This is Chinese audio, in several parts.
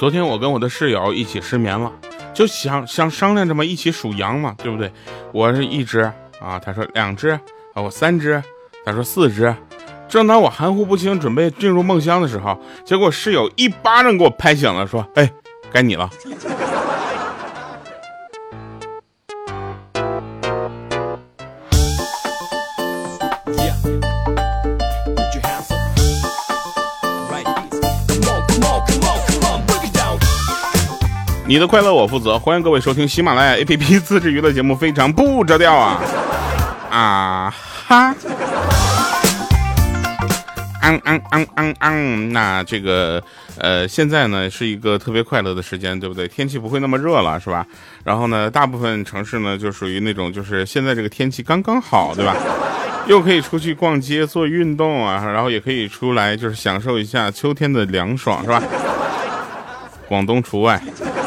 昨天我跟我的室友一起失眠了，就想商量着嘛，一起数羊嘛，对不对？我是1只啊，他说2只啊，我3只，他说4只。正当我含糊不清准备进入梦乡的时候，结果室友一巴掌给我拍醒了，说：“哎，该你了。”你的快乐我负责，欢迎各位收听喜马拉雅 APP 自制娱乐节目《非常不着调》啊哈！那这个现在呢是一个特别快乐的时间，对不对？天气不会那么热了，是吧？然后呢，大部分城市呢就属于那种就是现在这个天气刚刚好，对吧？又可以出去逛街做运动啊，然后也可以出来就是享受一下秋天的凉爽，是吧？广东除外。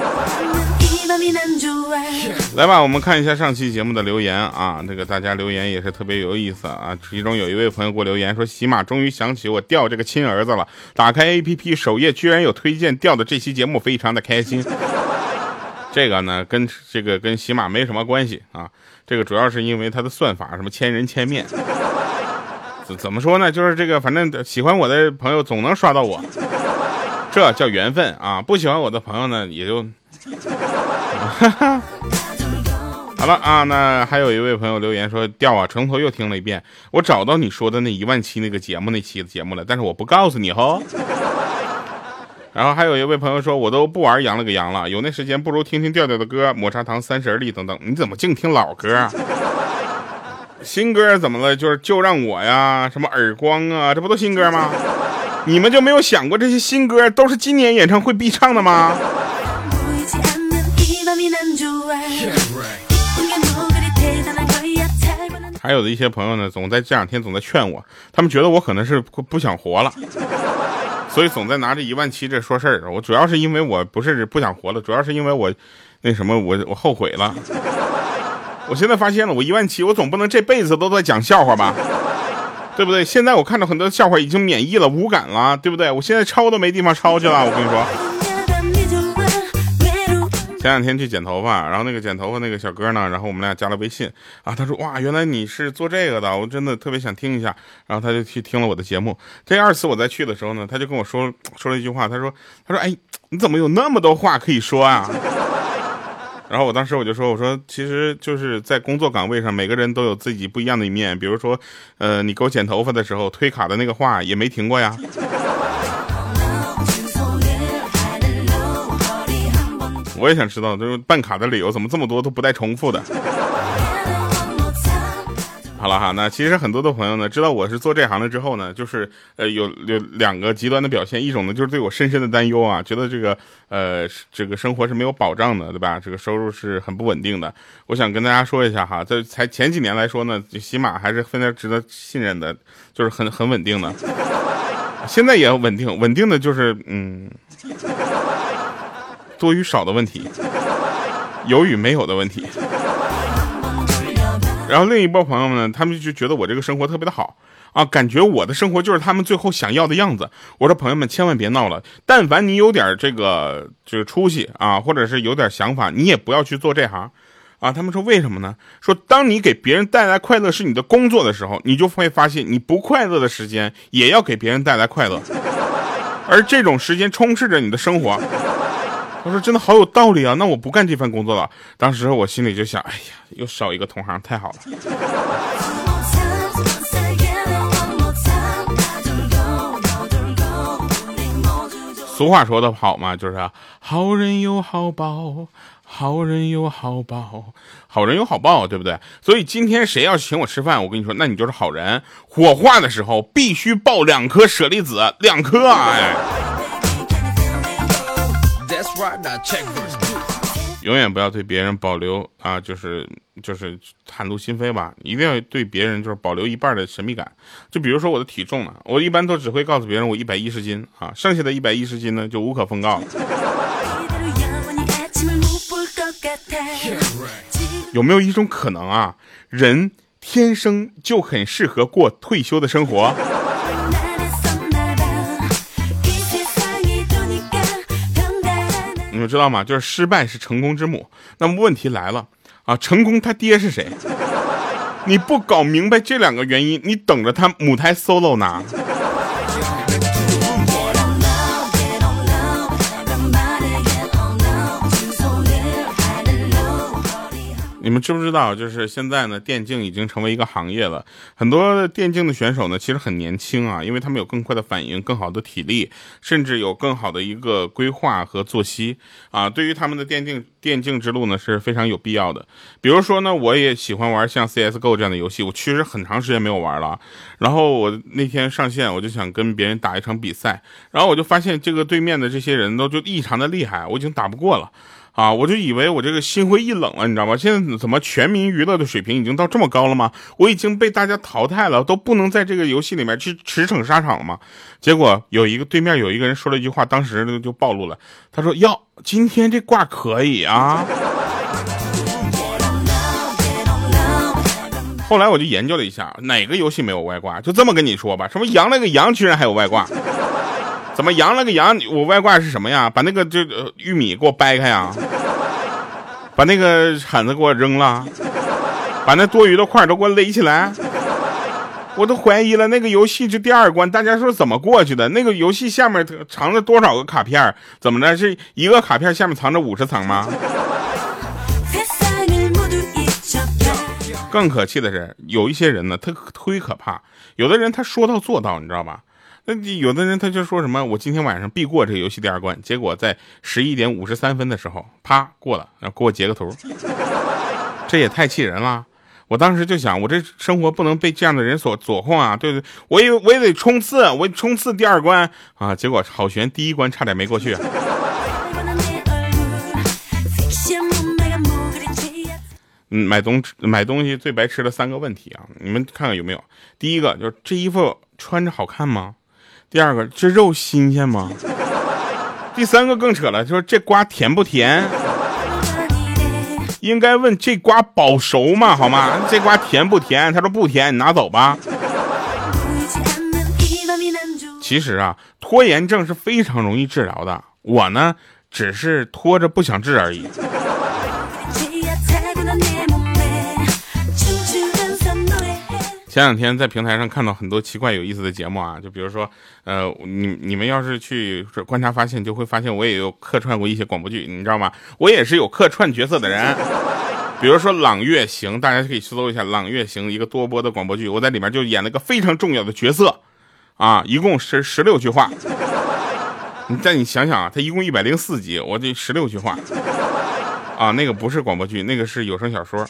来吧，我们看一下上期节目的留言啊，这个大家留言也是特别有意思啊。其中有一位朋友给我留言说，喜马终于想起我钓这个亲儿子了，打开 APP 首页居然有推荐钓的这期节目，非常的开心。这个呢跟喜马没什么关系啊，这个主要是因为它的算法什么千人千面，怎么说呢，就是这个反正喜欢我的朋友总能刷到我，这叫缘分啊。不喜欢我的朋友呢也就好了啊，那还有一位朋友留言说，调啊，从头又听了一遍，我找到你说的那10000期那个节目了，但是我不告诉你吼。然后还有一位朋友说，我都不玩羊了个羊了，有那时间不如听听调调的歌，抹茶糖30粒等等。你怎么净听老歌啊？新歌怎么了？就让我呀，什么耳光啊，这不都新歌吗？你们就没有想过这些新歌都是今年演唱会必唱的吗？还有的一些朋友呢，总在这2天总在劝我，他们觉得我可能是不想活了，所以总在拿着10000期这说事儿。我主要是因为我不是不想活了，主要是因为我那什么，我后悔了。我现在发现了，我10000期，我总不能这辈子都在讲笑话吧，对不对？现在我看到很多笑话已经免疫了，无感了，对不对？我现在抄都没地方抄去了，我跟你说。前2天去剪头发，然后那个剪头发那个小哥呢，然后我们俩加了微信啊，他说哇，原来你是做这个的，我真的特别想听一下，然后他就去听了我的节目。第2次我再去的时候呢，他就跟我说了一句话，他说哎，你怎么有那么多话可以说啊？然后我当时我说其实就是在工作岗位上，每个人都有自己不一样的一面，比如说你给我剪头发的时候推卡的那个话也没停过呀。我也想知道，就是办卡的理由怎么这么多都不带重复的。好了哈，那其实很多的朋友呢，知道我是做这行的之后呢，就是有2个极端的表现，一种呢就是对我深深的担忧啊，觉得这个生活是没有保障的，对吧？这个收入是很不稳定的。我想跟大家说一下哈，在才前几年来说呢，起码还是非常值得信任的，就是很稳定的。现在也稳定的就是多与少的问题，有与没有的问题。然后另一波朋友们呢，他们就觉得我这个生活特别的好啊，感觉我的生活就是他们最后想要的样子。我说朋友们千万别闹了，但凡你有点这个出息啊，或者是有点想法，你也不要去做这行啊。他们说为什么呢？说当你给别人带来快乐是你的工作的时候，你就会发现你不快乐的时间也要给别人带来快乐，而这种时间充斥着你的生活。我说真的好有道理啊，那我不干这份工作了。当时我心里就想，哎呀，又少一个同行，太好了。俗话说的好嘛，就是好人有好报，好人有好报，好人有好报，对不对？所以今天谁要请我吃饭，我跟你说，那你就是好人。火化的时候必须爆2颗舍利子，2颗啊！哎。永远不要对别人保留啊，就是袒露心扉吧，一定要对别人就是保留一半的神秘感。就比如说我的体重呢，我一般都只会告诉别人我110斤啊，剩下的110斤呢就无可奉告了。有没有一种可能啊，人天生就很适合过退休的生活？ 们知道吗？就是失败是成功之母。那么问题来了啊，成功他爹是谁？你不搞明白这两个原因，你等着他母胎 solo 呢。你们知不知道，就是现在呢，电竞已经成为一个行业了。很多电竞的选手呢，其实很年轻啊，因为他们有更快的反应、更好的体力，甚至有更好的一个规划和作息啊。对于他们的电竞之路呢，是非常有必要的。比如说呢，我也喜欢玩像 CSGO 这样的游戏，我其实很长时间没有玩了。然后我那天上线，我就想跟别人打一场比赛，然后我就发现这个对面的这些人都就异常的厉害，我已经打不过了。啊，我就以为我这个心灰意冷了，你知道吗？现在怎么全民娱乐的水平已经到这么高了吗？我已经被大家淘汰了，都不能在这个游戏里面去驰骋沙场了吗？结果对面有一个人说了一句话，当时就暴露了。他说：“哟，今天这挂可以啊。”后来我就研究了一下，哪个游戏没有外挂？就这么跟你说吧，什么羊了个羊，居然还有外挂。怎么羊了个羊？我外挂是什么呀？把那个玉米给我掰开呀，把那个铲子给我扔了，把那多余的块都给我勒起来。我都怀疑了，那个游戏就第二关，大家说怎么过去的？那个游戏下面藏着多少个卡片？怎么着？是一个卡片下面藏着50层吗？更可气的是，有一些人呢，他忒可怕。有的人他说到做到，你知道吧？那有的人他就说什么我今天晚上必过这个游戏第二关，结果在11点53分的时候啪过了，然后给我截个图，这也太气人了。我当时就想，我这生活不能被这样的人所左控啊，对对，我也得冲刺，我冲刺第二关啊，结果好悬，第一关差点没过去。买东西最白痴的3个问题啊，你们看看有没有？第一个就是这衣服穿着好看吗？第二个，这肉新鲜吗？第三个更扯了，就是这瓜甜不甜？应该问这瓜保熟吗？好吗？这瓜甜不甜？他说不甜，你拿走吧。其实啊，拖延症是非常容易治疗的，我呢只是拖着不想治而已。前两天在平台上看到很多奇怪有意思的节目啊，就比如说，你们要是去观察发现，就会发现我也有客串过一些广播剧，你知道吗？我也是有客串角色的人。比如说《朗月行》，大家可以搜一下《朗月行》，一个多播的广播剧，我在里面就演了个非常重要的角色，啊，一共是16句话。你想想啊，它一共104集，我这16句话，啊，那个不是广播剧，那个是有声小说。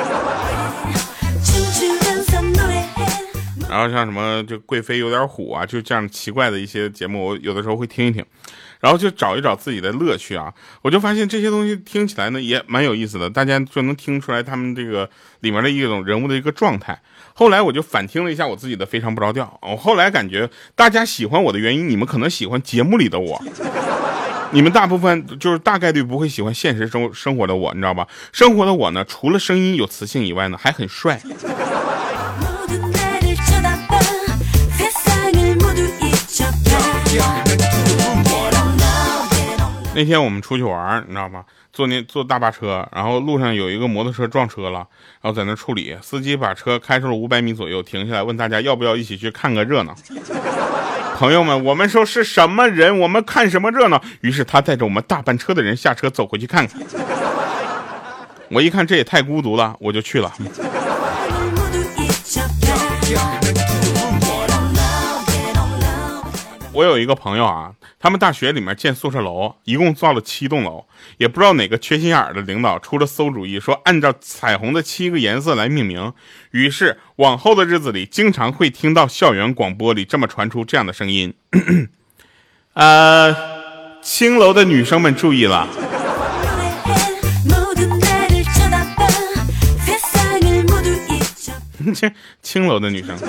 然后像什么就贵妃有点虎啊，就这样奇怪的一些节目，我有的时候会听一听，然后就找一找自己的乐趣啊。我就发现这些东西听起来呢也蛮有意思的，大家就能听出来他们这个里面的一种人物的一个状态。后来我就反听了一下我自己的非常不着调，我后来感觉大家喜欢我的原因，你们可能喜欢节目里的我，你们大部分就是大概率不会喜欢现实生活的我，你知道吧？生活的我呢，除了声音有磁性以外呢，还很帅。那天我们出去玩，你知道吗？坐大巴车，然后路上有一个摩托车撞车了，然后在那处理，司机把车开出了500米左右，停下来问大家要不要一起去看个热闹。朋友们，我们说是什么人，我们看什么热闹？于是他带着我们大半车的人下车走回去看看。我一看这也太孤独了，我就去了。我有一个朋友啊，他们大学里面建宿舍楼，一共造了7栋楼，也不知道哪个缺心眼儿的领导出了馊主意，说按照彩虹的7个颜色来命名。于是往后的日子里，经常会听到校园广播里这么传出这样的声音：青楼的女生们注意了。青楼的女生。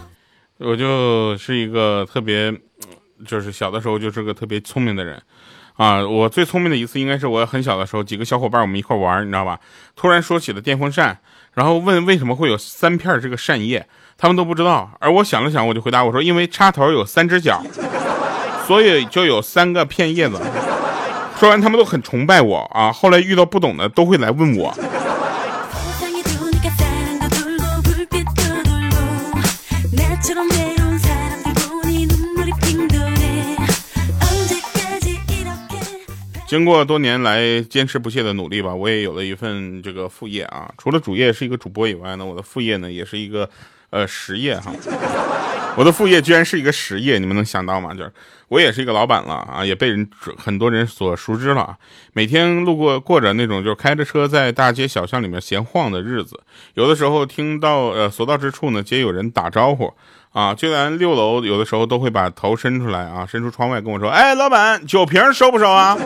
我就是一个特别，就是小的时候就是个特别聪明的人， 啊，我最聪明的一次应该是我很小的时候，几个小伙伴我们一块玩，你知道吧？突然说起了电风扇，然后问为什么会有3片这个扇叶，他们都不知道。而我想了想，我就回答我说，因为插头有3只脚，所以就有3个片叶子。说完他们都很崇拜我啊，后来遇到不懂的都会来问我。经过多年来坚持不懈的努力吧，我也有了一份这个副业啊。除了主业是一个主播以外呢，我的副业呢也是一个实业哈。我的副业居然是一个实业，你们能想到吗？就是我也是一个老板了啊，也被很多人所熟知了。每天过着那种就是开着车在大街小巷里面闲晃的日子，有的时候听到所到之处呢，皆有人打招呼啊，就连6楼有的时候都会把头伸出来啊，伸出窗外跟我说：“哎，老板，酒瓶收不收啊？”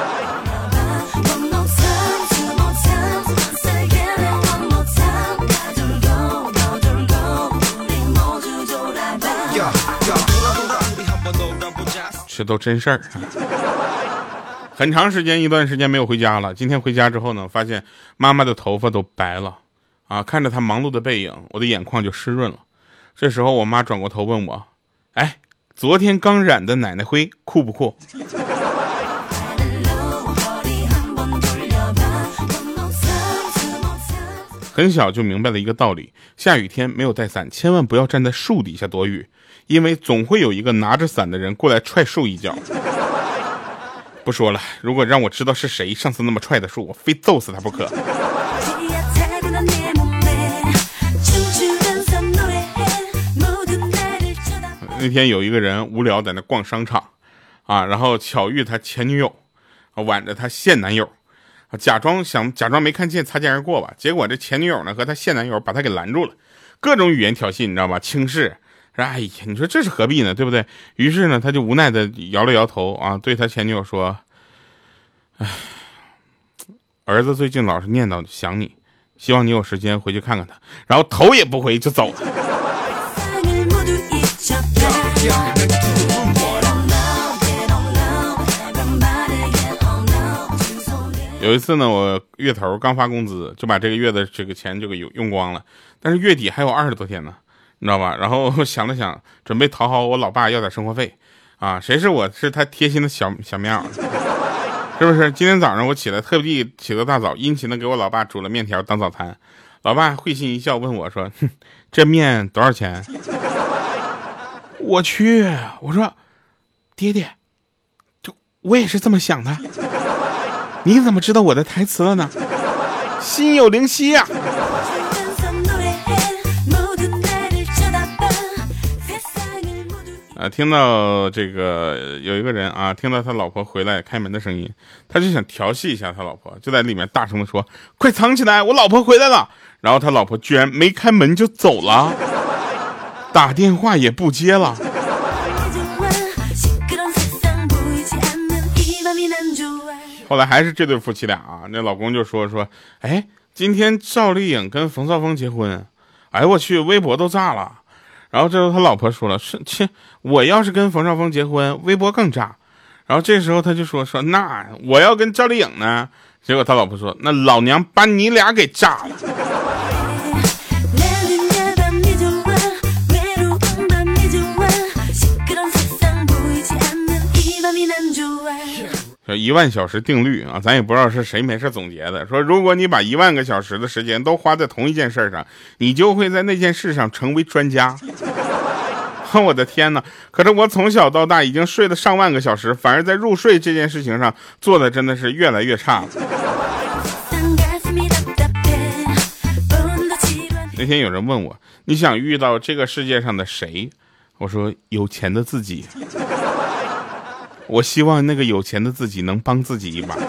这都真事儿。很长一段时间没有回家了。今天回家之后呢，发现妈妈的头发都白了啊！看着她忙碌的背影，我的眼眶就湿润了。这时候我妈转过头问我：“哎，昨天刚染的奶奶灰酷不酷？”很小就明白了一个道理：下雨天没有带伞，千万不要站在树底下躲雨，因为总会有一个拿着伞的人过来踹树一脚。不说了，如果让我知道是谁上次那么踹的树，我非揍死他不可。那天有一个人无聊在那逛商场啊，然后巧遇他前女友挽着他现男友，假装没看见，擦肩而过吧。结果这前女友呢和他现男友把他给拦住了，各种语言挑衅，你知道吗？轻视。哎呀，你说这是何必呢？对不对？于是呢，他就无奈的摇了摇头啊，对他前女友说：“哎，儿子最近老是念叨想你，希望你有时间回去看看他。”然后头也不回就走了。有一次呢，我月头刚发工资，就把这个月的这个钱就给用光了，但是月底还有20多天呢。你知道吧？然后想了想，准备讨好我老爸要点生活费，啊，谁是我是他贴心的小棉袄，是不是？今天早上我起来特地起得大早，殷勤的给我老爸煮了面条当早餐。老爸会心一笑，问我说：“这面多少钱？”我去，我说：“爹爹，我也是这么想的。你怎么知道我的台词了呢？心有灵犀呀！”听到这个有一个人啊，听到他老婆回来开门的声音，他就想调戏一下他老婆，就在里面大声的说：“快藏起来，我老婆回来了！”然后他老婆居然没开门就走了，打电话也不接了。后来还是这对夫妻俩啊，那老公就说：“哎，今天赵丽颖跟冯绍峰结婚，哎我去，微博都炸了。”然后这时候他老婆说了：“我要是跟冯绍峰结婚，微博更炸。”然后这时候他就说那我要跟赵丽颖呢？结果他老婆说：“那老娘把你俩给炸了。”10000小时定律啊，咱也不知道是谁没事总结的。说如果你把10000个小时的时间都花在同一件事上，你就会在那件事上成为专家。我的天哪！可是我从小到大已经睡了上万个小时，反而在入睡这件事情上做的真的是越来越差。那天有人问我，你想遇到这个世界上的谁？我说有钱的自己。我希望那个有钱的自己能帮自己一把。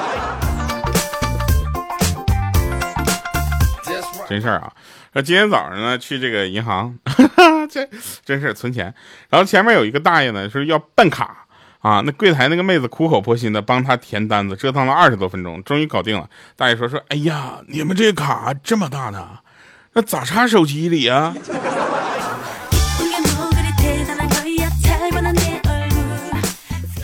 真事儿啊！今天早上呢去这个银行，这真是存钱，然后前面有一个大爷呢是要办卡啊，那柜台那个妹子苦口婆心的帮他填单子，折腾了20多分钟，终于搞定了。大爷说：“哎呀，你们这个卡这么大呢，那咋插手机里啊？”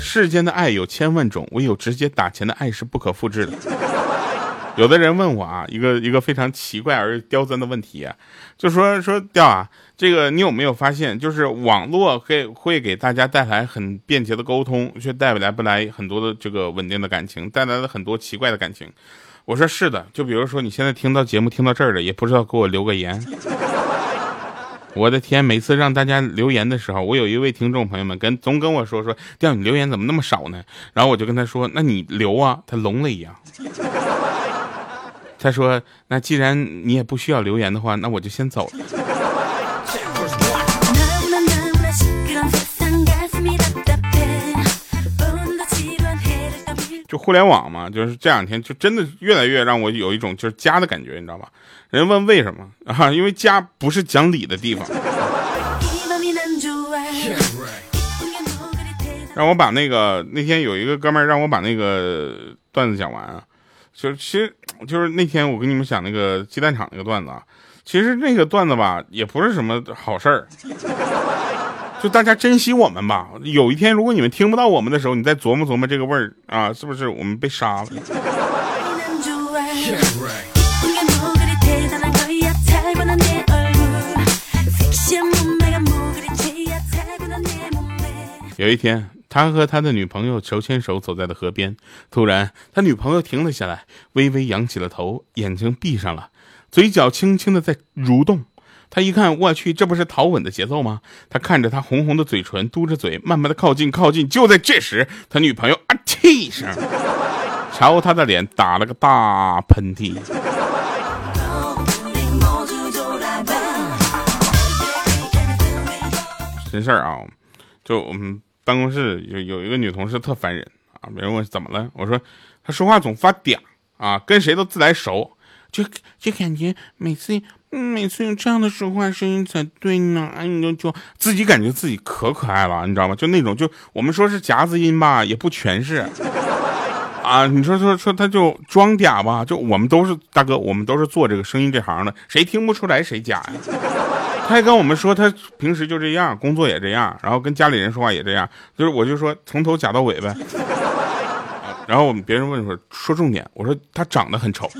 世间的爱有千万种，唯有直接打钱的爱是不可复制的。有的人问我啊，一个非常奇怪而刁钻的问题啊，就说调啊，这个你有没有发现，就是网络会给大家带来很便捷的沟通，却带不来很多的这个稳定的感情，带来了很多奇怪的感情。我说是的，就比如说你现在听到节目听到这儿了，也不知道给我留个言。我的天，每次让大家留言的时候，我有一位听众朋友们总跟我说调你留言怎么那么少呢？然后我就跟他说，那你留啊，他聋了一样。他说那既然你也不需要留言的话，那我就先走了。就互联网嘛，就是这两天就真的越来越让我有一种就是家的感觉，你知道吧？人问为什么啊？因为家不是讲理的地方。让我把那天有一个哥们儿让我把那个段子讲完啊，其实就是那天我跟你们讲那个鸡蛋厂那个段子啊，其实那个段子吧也不是什么好事儿，就大家珍惜我们吧。有一天如果你们听不到我们的时候，你再琢磨这个味儿啊，是不是我们被杀了？有一天，他和他的女朋友手牵手走在了河边，突然他女朋友停了下来，微微扬起了头，眼睛闭上了，嘴角轻轻的在蠕动。他一看，我去，这不是讨吻的节奏吗？他看着他红红的嘴唇，嘟着嘴，慢慢的靠近。就在这时，他女朋友啊嚏一声，朝他的脸打了个大喷嚏。真事儿啊，就我们办公室有一个女同事特烦人啊，别人问怎么了，我说她说话总发嗲啊，跟谁都自来熟，就感觉每次有这样的说话声音才对呢，你就自己感觉自己可爱了，你知道吗？就那种就我们说是夹子音吧，也不全是啊。你说他就装嗲吧，就我们都是大哥，我们都是做这个声音这行的，谁听不出来谁假呀？他还跟我们说他平时就这样，工作也这样，然后跟家里人说话也这样，就是我就说从头假到尾呗。然后别人问说重点，我说他长得很丑。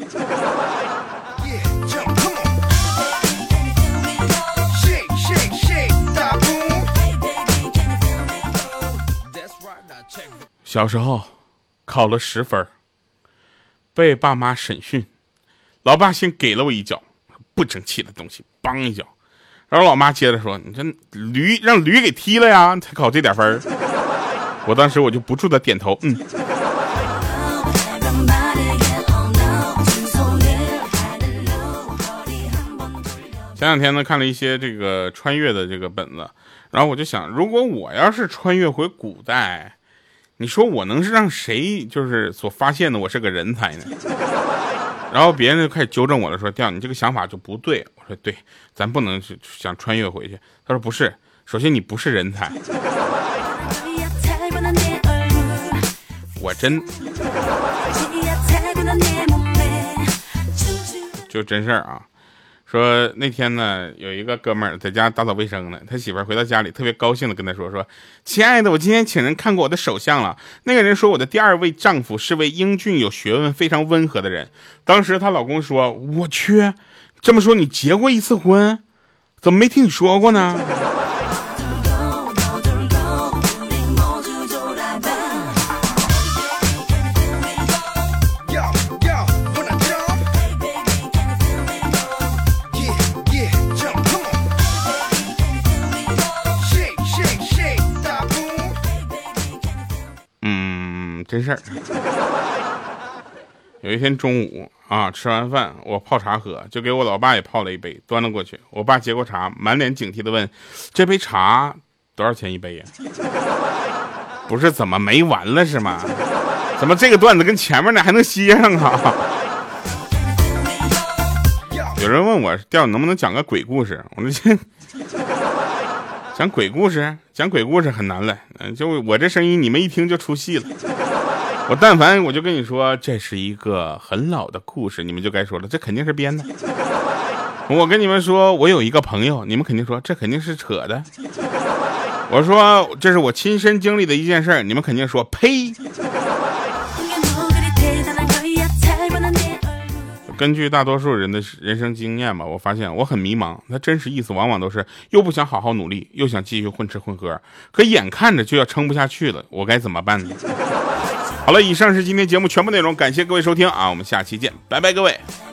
小时候考了10分，被爸妈审讯，老爸先给了我一脚，不争气的东西，梆一脚。然后老妈接着说，你这让驴给踢了呀，才考这点分。我当时我就不住的点头，前两天呢看了一些这个穿越的这个本子，然后我就想，如果我要是穿越回古代，你说我能是让谁就是所发现的我是个人才呢？然后别人就开始纠正我了，说调你这个想法就不对。我说对，咱不能想穿越回去。他说不是，首先你不是人才。我真就真事儿啊。说那天呢，有一个哥们儿在家打扫卫生呢，他媳妇儿回到家里特别高兴的跟他说亲爱的，我今天请人看过我的手相了，那个人说我的第2位丈夫是位英俊有学问非常温和的人。当时她老公说，我去，这么说你结过1次婚，怎么没听你说过呢？真事儿。有一天中午啊，吃完饭我泡茶喝，就给我老爸也泡了一杯，端了过去。我爸接过茶，满脸警惕的问，这杯茶多少钱一杯呀？不是怎么没完了是吗？怎么这个段子跟前面的还能接上啊？有人问我调能不能讲个鬼故事，我说讲鬼故事很难了，就我这声音你们一听就出戏了。我但凡我就跟你说这是一个很老的故事，你们就该说了这肯定是编的。我跟你们说我有一个朋友，你们肯定说这肯定是扯的。 我说这是我亲身经历的一件事儿，你们肯定说呸。根据大多数人的人生经验吧，我发现我很迷茫，他真实意思往往都是又不想好好努力，又想继续混吃混喝，可眼看着就要撑不下去了，我该怎么办呢？好了，以上是今天节目全部内容，感谢各位收听啊，我们下期见，拜拜各位。